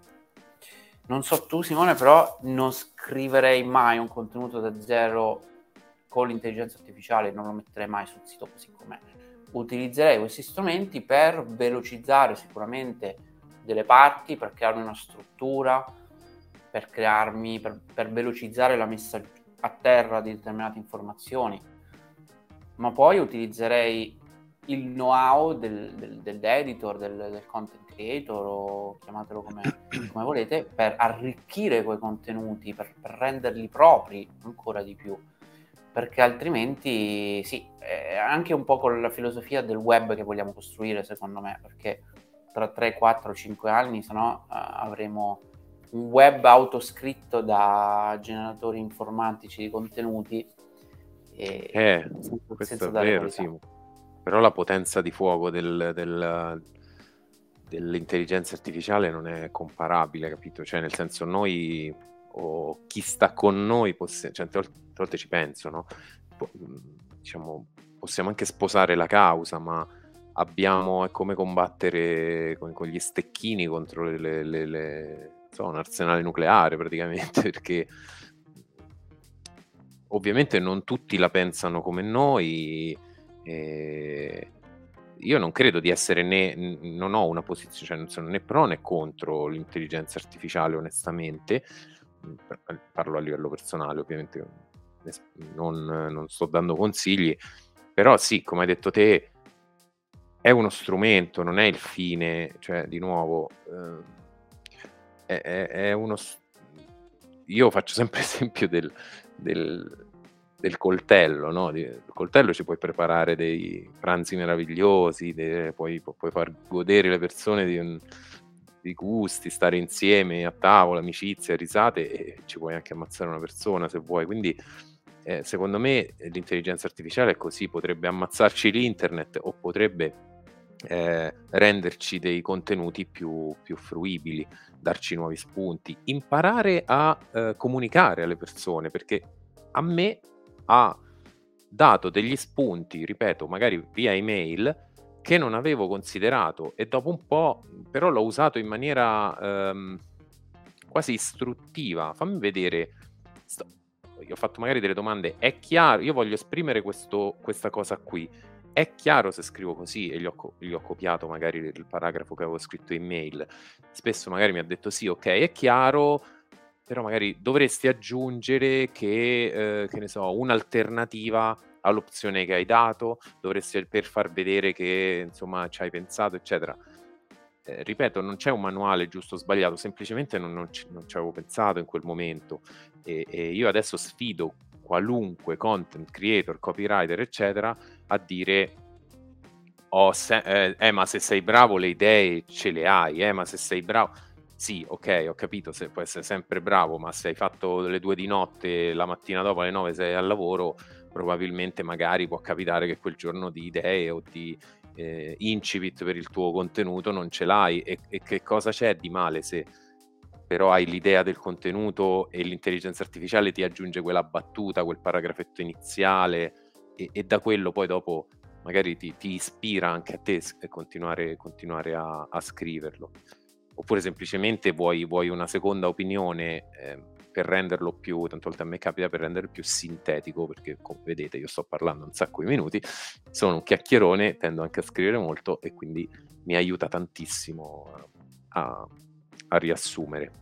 non so tu Simone, però non scriverei mai un contenuto da zero con l'intelligenza artificiale, non lo metterei mai sul sito così com'è. Utilizzerei questi strumenti per velocizzare sicuramente delle parti, per crearmi una struttura, per crearmi, per, per velocizzare la messa a terra di determinate informazioni, ma poi utilizzerei il know-how del, del, dell'editor, del, del content creator, o chiamatelo come, come volete, per arricchire quei contenuti, per, per renderli propri ancora di più, perché altrimenti sì, è anche un po' con la filosofia del web che vogliamo costruire, secondo me, perché tra tre, quattro, cinque anni se no uh, avremo un web autoscritto da generatori informatici di contenuti e Eh, senza, questo senza è dare vero, qualità. Simo. Però la potenza di fuoco del, del, dell'intelligenza artificiale non è comparabile, capito? Cioè, nel senso, noi o chi sta con noi, possi- cioè, tante volte ci penso, no? Po- diciamo, possiamo anche sposare la causa, ma abbiamo, è come combattere con, con gli stecchini contro le, le, le, le so, un arsenale nucleare praticamente, perché ovviamente non tutti la pensano come noi. E io non credo di essere né, non ho una posizione, cioè non sono né pro né contro l'intelligenza artificiale, onestamente. Parlo a livello personale, ovviamente non, non sto dando consigli, però sì, come hai detto te, è uno strumento, non è il fine, cioè di nuovo eh, è, è, è uno io faccio sempre esempio del, del del coltello, no? Di, il coltello ci puoi preparare dei pranzi meravigliosi, de, puoi, puoi far godere le persone di, un, di gusti, stare insieme a tavola, amicizia, risate, e ci puoi anche ammazzare una persona se vuoi. Quindi eh, secondo me l'intelligenza artificiale è così, potrebbe ammazzarci l'internet o potrebbe eh, renderci dei contenuti più, più fruibili, darci nuovi spunti, imparare a eh, comunicare alle persone, perché a me ha dato degli spunti, ripeto, magari via email, che non avevo considerato, e dopo un po' però l'ho usato in maniera ehm, quasi istruttiva. Fammi vedere, sto, io ho fatto magari delle domande, è chiaro, io voglio esprimere questo, questa cosa qui, è chiaro se scrivo così, e gli ho, co- gli ho copiato magari il paragrafo che avevo scritto in mail. Spesso magari mi ha detto sì, ok, è chiaro, però magari dovresti aggiungere che, eh, che ne so, un'alternativa all'opzione che hai dato, dovresti, per far vedere che insomma ci hai pensato, eccetera. Eh, ripeto, non c'è un manuale giusto o sbagliato, semplicemente non, non, ci, non ci avevo pensato in quel momento, e, e io adesso sfido qualunque content creator, copywriter, eccetera, a dire oh, se- eh, eh, ma se sei bravo le idee ce le hai, eh, ma se sei bravo... Sì, ok, ho capito, se puoi essere sempre bravo, ma se hai fatto le due di notte, la mattina dopo alle nove sei al lavoro, probabilmente magari può capitare che quel giorno di idee o di eh, incipit per il tuo contenuto non ce l'hai, e, e che cosa c'è di male se però hai l'idea del contenuto e l'intelligenza artificiale ti aggiunge quella battuta, quel paragrafetto iniziale, e, e da quello poi dopo magari ti, ti ispira anche a te e continuare, continuare a, a scriverlo. Oppure semplicemente vuoi, vuoi una seconda opinione eh, per renderlo più, tante volte a me capita, per renderlo più sintetico, perché come vedete io sto parlando un sacco di minuti, sono un chiacchierone, tendo anche a scrivere molto, e quindi mi aiuta tantissimo a, a riassumere.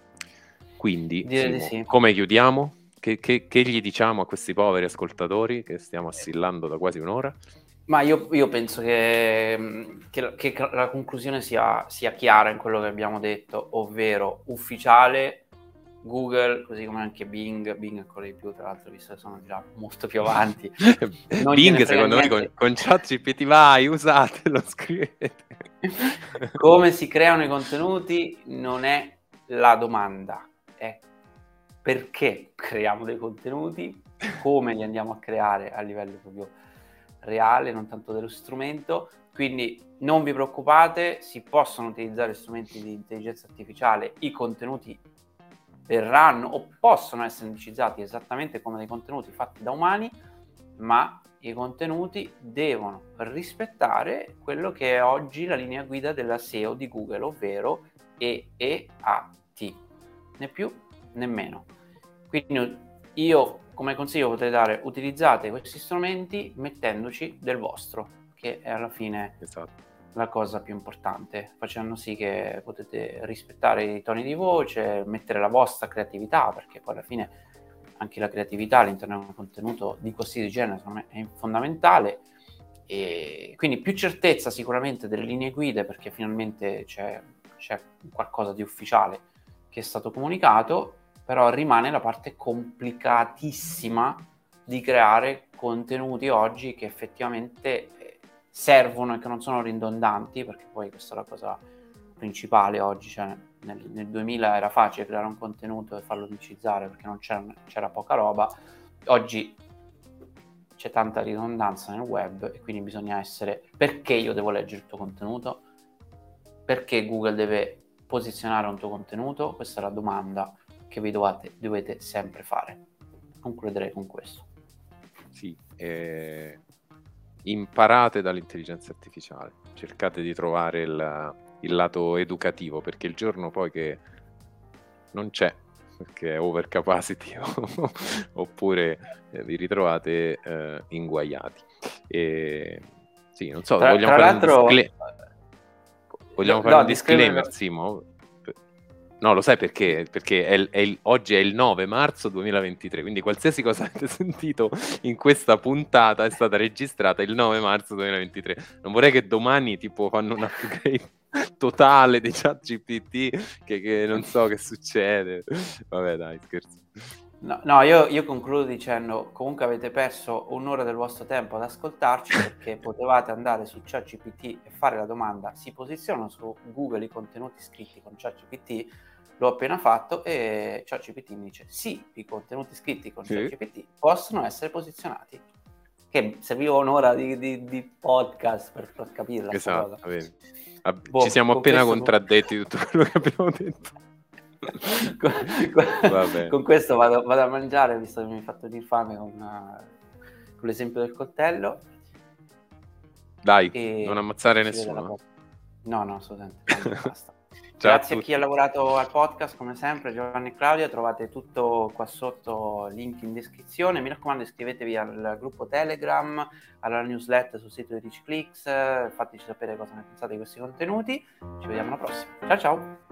Quindi, Direi di Simo, sì. come chiudiamo? Che, che, che gli diciamo a questi poveri ascoltatori che stiamo assillando da quasi un'ora? Ma io, io penso che, che, che la conclusione sia, sia chiara in quello che abbiamo detto, ovvero ufficiale Google, così come anche Bing, Bing ancora di più, tra l'altro, visto che sono già molto più avanti. Non Bing, gliene frega secondo niente. me, con, con ChatGPT vai, usatelo, scrivete. Come si creano i contenuti non è la domanda, è perché creiamo dei contenuti, come li andiamo a creare a livello proprio reale, non tanto dello strumento. Quindi non vi preoccupate, si possono utilizzare strumenti di intelligenza artificiale, i contenuti verranno o possono essere indicizzati esattamente come dei contenuti fatti da umani, ma i contenuti devono rispettare quello che è oggi la linea guida della S E O di Google, ovvero E E A T, né più né meno. Quindi io come consiglio potrei dare: utilizzate questi strumenti mettendoci del vostro, che è alla fine Esatto. la cosa più importante, facendo sì che potete rispettare i toni di voce, mettere la vostra creatività, perché poi alla fine anche la creatività all'interno di un contenuto di qualsiasi genere secondo me è fondamentale. E quindi più certezza sicuramente delle linee guida, perché finalmente c'è, c'è qualcosa di ufficiale che è stato comunicato, però rimane la parte complicatissima di creare contenuti oggi che effettivamente servono e che non sono ridondanti, perché poi questa è la cosa principale oggi, cioè nel, nel duemila era facile creare un contenuto e farlo indicizzare perché non c'era, c'era poca roba. Oggi c'è tanta ridondanza nel web e quindi bisogna essere: perché io devo leggere il tuo contenuto? Perché Google deve posizionare un tuo contenuto? Questa è la domanda che vi dovete, dovete sempre fare. Concluderei con questo. Sì, eh, imparate dall'intelligenza artificiale, cercate di trovare il, il lato educativo, perché il giorno poi che non c'è, perché è overcapacity oppure eh, vi ritrovate eh, inguaiati. E, sì, non so, Tra, vogliamo tra fare l'altro, un disclaimer? Vogliamo no, fare un no, disclaimer, disclaimer, Simo? No, lo sai perché? Perché è il, è il, oggi è il nove marzo duemilaventitré, quindi qualsiasi cosa avete sentito in questa puntata è stata registrata il nove marzo duemilaventitré. Non vorrei che domani tipo fanno un upgrade totale di ChatGPT che, che non so che succede. Vabbè, dai, scherzo. No, no io, io concludo dicendo, comunque avete perso un'ora del vostro tempo ad ascoltarci perché potevate andare su ChatGPT e fare la domanda: si posizionano su Google i contenuti scritti con ChatGPT? L'ho appena fatto e ChatGPT mi dice sì, i contenuti scritti con Sì. ChatGPT possono essere posizionati. Che serviva un'ora di, di, di podcast per far capire la Esatto, cosa. vedi. Ab- Boh, ci siamo con appena questo- contraddetti tutto quello che abbiamo detto. con, con- Vabbè. con questo vado, vado a mangiare, visto che mi hai fatto di fame con, uh, con l'esempio del coltello. Dai, E non ammazzare ci vede alla nessuno. prossima. No, no, assolutamente. No, basta. Ciao a Grazie a tutti. chi ha lavorato al podcast, come sempre, Giovanni e Claudia. Trovate tutto qua sotto, link in descrizione. Mi raccomando, iscrivetevi al gruppo Telegram, alla newsletter sul sito di RichClicks. Fateci sapere cosa ne pensate di questi contenuti. Ci vediamo alla prossima. Ciao ciao.